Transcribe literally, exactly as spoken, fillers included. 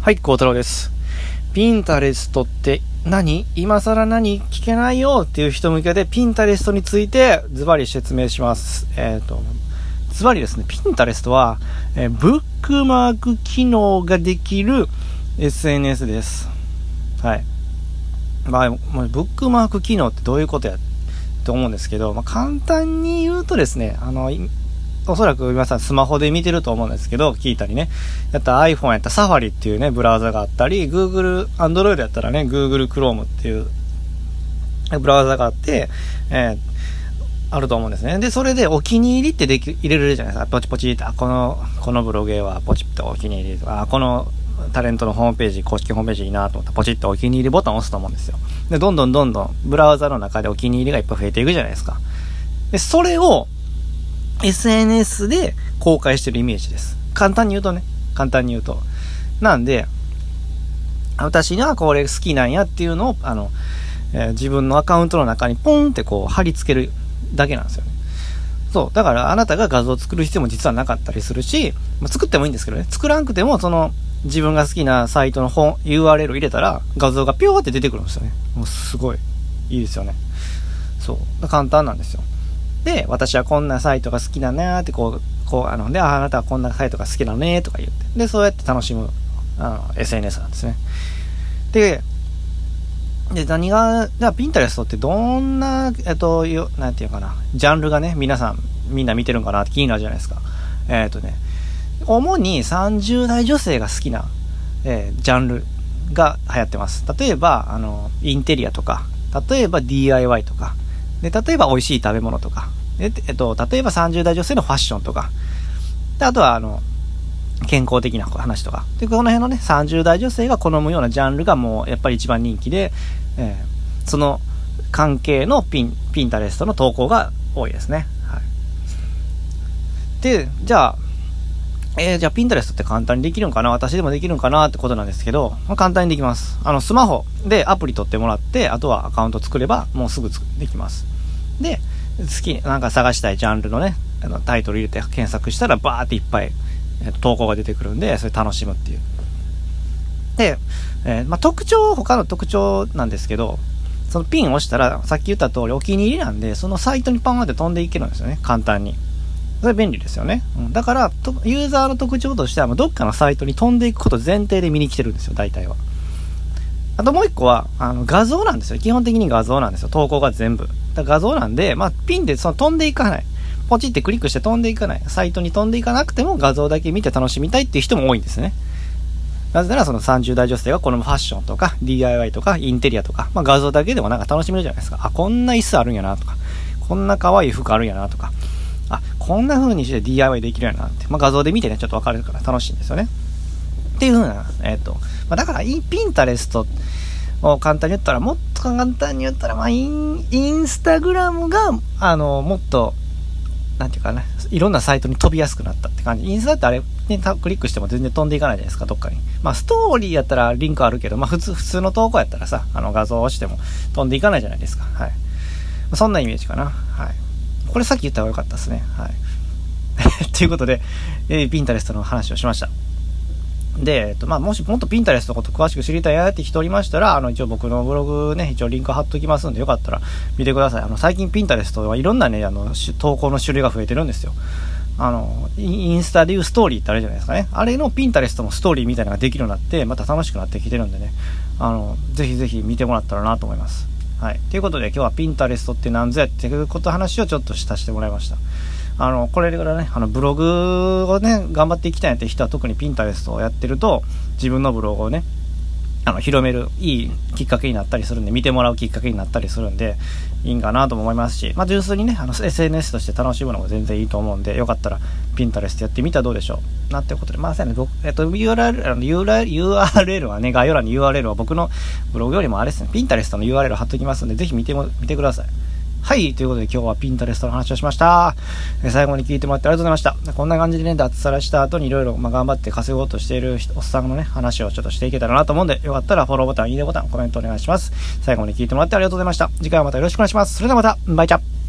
はい、孝太郎です。ピンタレストって何？今更何？聞けないよっていう人向けでピンタレストについてズバリ説明します。えっと、ズバリですね、ピンタレストは、えー、ブックマーク機能ができる エスエヌエス です。はい。まあ、ブックマーク機能ってどういうことやと思うんですけど、まあ、簡単に言うとですね、あの、おそらく皆さんスマホで見てると思うんですけど、聞いたりね。やった iPhone やったサファリっていうね、ブラウザがあったり、Google、Android やったらね、Google Chrome っていうブラウザがあって、えー、あると思うんですね。で、それでお気に入りってでき、入れれるじゃないですか。ポチポチって、あ、この、このブログへはポチッとお気に入りとか、あ、このタレントのホームページ、公式ホームページいいなと思ったらポチッとお気に入りボタンを押すと思うんですよ。で、どんどんどんどんブラウザの中でお気に入りがいっぱい増えていくじゃないですか。で、それを、エスエヌエス で公開してるイメージです。簡単に言うとね。簡単に言うと。なんで、私がこれ好きなんやっていうのを、あの、えー、自分のアカウントの中にポンってこう貼り付けるだけなんですよね。そう。だからあなたが画像を作る必要も実はなかったりするし、まあ、作ってもいいんですけどね。作らんくても、その、自分が好きなサイトの本、ユーアールエル を入れたら画像がピョーって出てくるんですよね。もうすごいいいですよね。そう。簡単なんですよ。で、私はこんなサイトが好きだなーってこう、こう、あの、で、あなたはこんなサイトが好きなのねーとか言って。で、そうやって楽しむ、あの、エスエヌエス なんですね。で、で、何が、じゃあ、ピンタレストってどんな、えっと、よ、なんていうかな、ジャンルがね、皆さん、みんな見てるんかなって気になるじゃないですか。えっとね、主にさんじゅう代女性が好きな、えー、ジャンルが流行ってます。例えば、あの、インテリアとか、例えば ディーアイワイ とか、で、例えば美味しい食べ物とか、で、えっと、例えばさんじゅう代女性のファッションとか、で、あとは、あの、健康的な話とか、で、この辺のね、さんじゅう代女性が好むようなジャンルがもう、やっぱり一番人気で、えー、その関係のピン、ピンタレストの投稿が多いですね。はい。で、じゃあ、えー、じゃあピンタレストって簡単にできるんかな、私でもできるんかなってことなんですけど、まあ、簡単にできます。あの、スマホでアプリ取ってもらって、あとはアカウント作れば、もうすぐできます。で、好き、なんか探したいジャンルのね、あのタイトル入れて検索したらバーっていっぱい、えー、投稿が出てくるんで、それ楽しむっていう。で、えー、まあ、特徴、他の特徴なんですけど、そのピンを押したら、さっき言った通りお気に入りなんで、そのサイトにパンって飛んでいけるんですよね、簡単に。それ便利ですよね。うん、だから、ユーザーの特徴としては、どっかのサイトに飛んでいくこと前提で見に来てるんですよ、大体は。あともう一個は、あの、画像なんですよ。基本的に画像なんですよ。投稿が全部。だ画像なんで、まあ、ピンでその飛んでいかない。ポチってクリックして飛んでいかない。サイトに飛んでいかなくても画像だけ見て楽しみたいっていう人も多いんですね。なぜならそのさんじゅう代女性がこのファッションとか ディーアイワイ とかインテリアとか、まあ、画像だけでもなんか楽しめるじゃないですか。あ、こんな椅子あるんやなとか、こんな可愛い服あるんやなとか、あ、こんな風にして ディーアイワイ できるやなって、まあ、画像で見てね、ちょっとわかるから楽しいんですよね。っていう風な、えっと、まあ、だから、ピンタレストを簡単に言ったら、もっと簡単に言ったら、まあ、イン、インスタグラムが、あの、もっと、なんていうかね、いろんなサイトに飛びやすくなったって感じ。インスタってあれ、ね、クリックしても全然飛んでいかないじゃないですか、どっかに。まあ、ストーリーやったらリンクあるけど、まあ、普通、普通の投稿やったらさ、あの、画像を押しても飛んでいかないじゃないですか。はい。そんなイメージかな。はい。これさっき言った方が良かったですね。はい。ということで、えー、ピンタレストの話をしました。で、えっと、まあ、もしもっとピンタレストのこと詳しく知りたいなって人おりましたら、あの、一応僕のブログね、一応リンク貼っときますんで、よかったら見てください。あの、最近ピンタレストはいろんなね、あの、投稿の種類が増えてるんですよ。あの、インスタでいうストーリーってあるじゃないですかね。あれのピンタレストもストーリーみたいなのができるようになって、また楽しくなってきてるんでね、あの、ぜひぜひ見てもらったらなと思います。はい。ということで、今日はピンタレストって何ぞやっていうこと話をちょっとさせてもらいました。あの、これからね、あの、ブログをね、頑張っていきたいなって人は特にピンタレストをやってると、自分のブログをね、あの、広める、いいきっかけになったりするんで、見てもらうきっかけになったりするんで、いいんかなとも思いますし、まあ、純粋にね、あの、エスエヌエス として楽しむのも全然いいと思うんで、よかったら、ピンタレストやってみたらどうでしょう。なってことで、まあ、ね、えっと、ユーアールエル、あの、ユーアールエル はね、概要欄に ユーアールエル は僕のブログよりもあれですね、ピンタレストの ユーアールエル 貼っときますんで、ぜひ見ても、見てください。はい。ということで今日はピンタレストの話をしました。え最後に聞いてもらってありがとうございました。こんな感じでね、脱サラした後にいろいろ頑張って稼ごうとしているおっさんのね、話をちょっとしていけたらなと思うんで、よかったらフォローボタン、いいねボタン、コメントお願いします。最後に聞いてもらってありがとうございました。次回はまたよろしくお願いします。それではまた、バイチャ。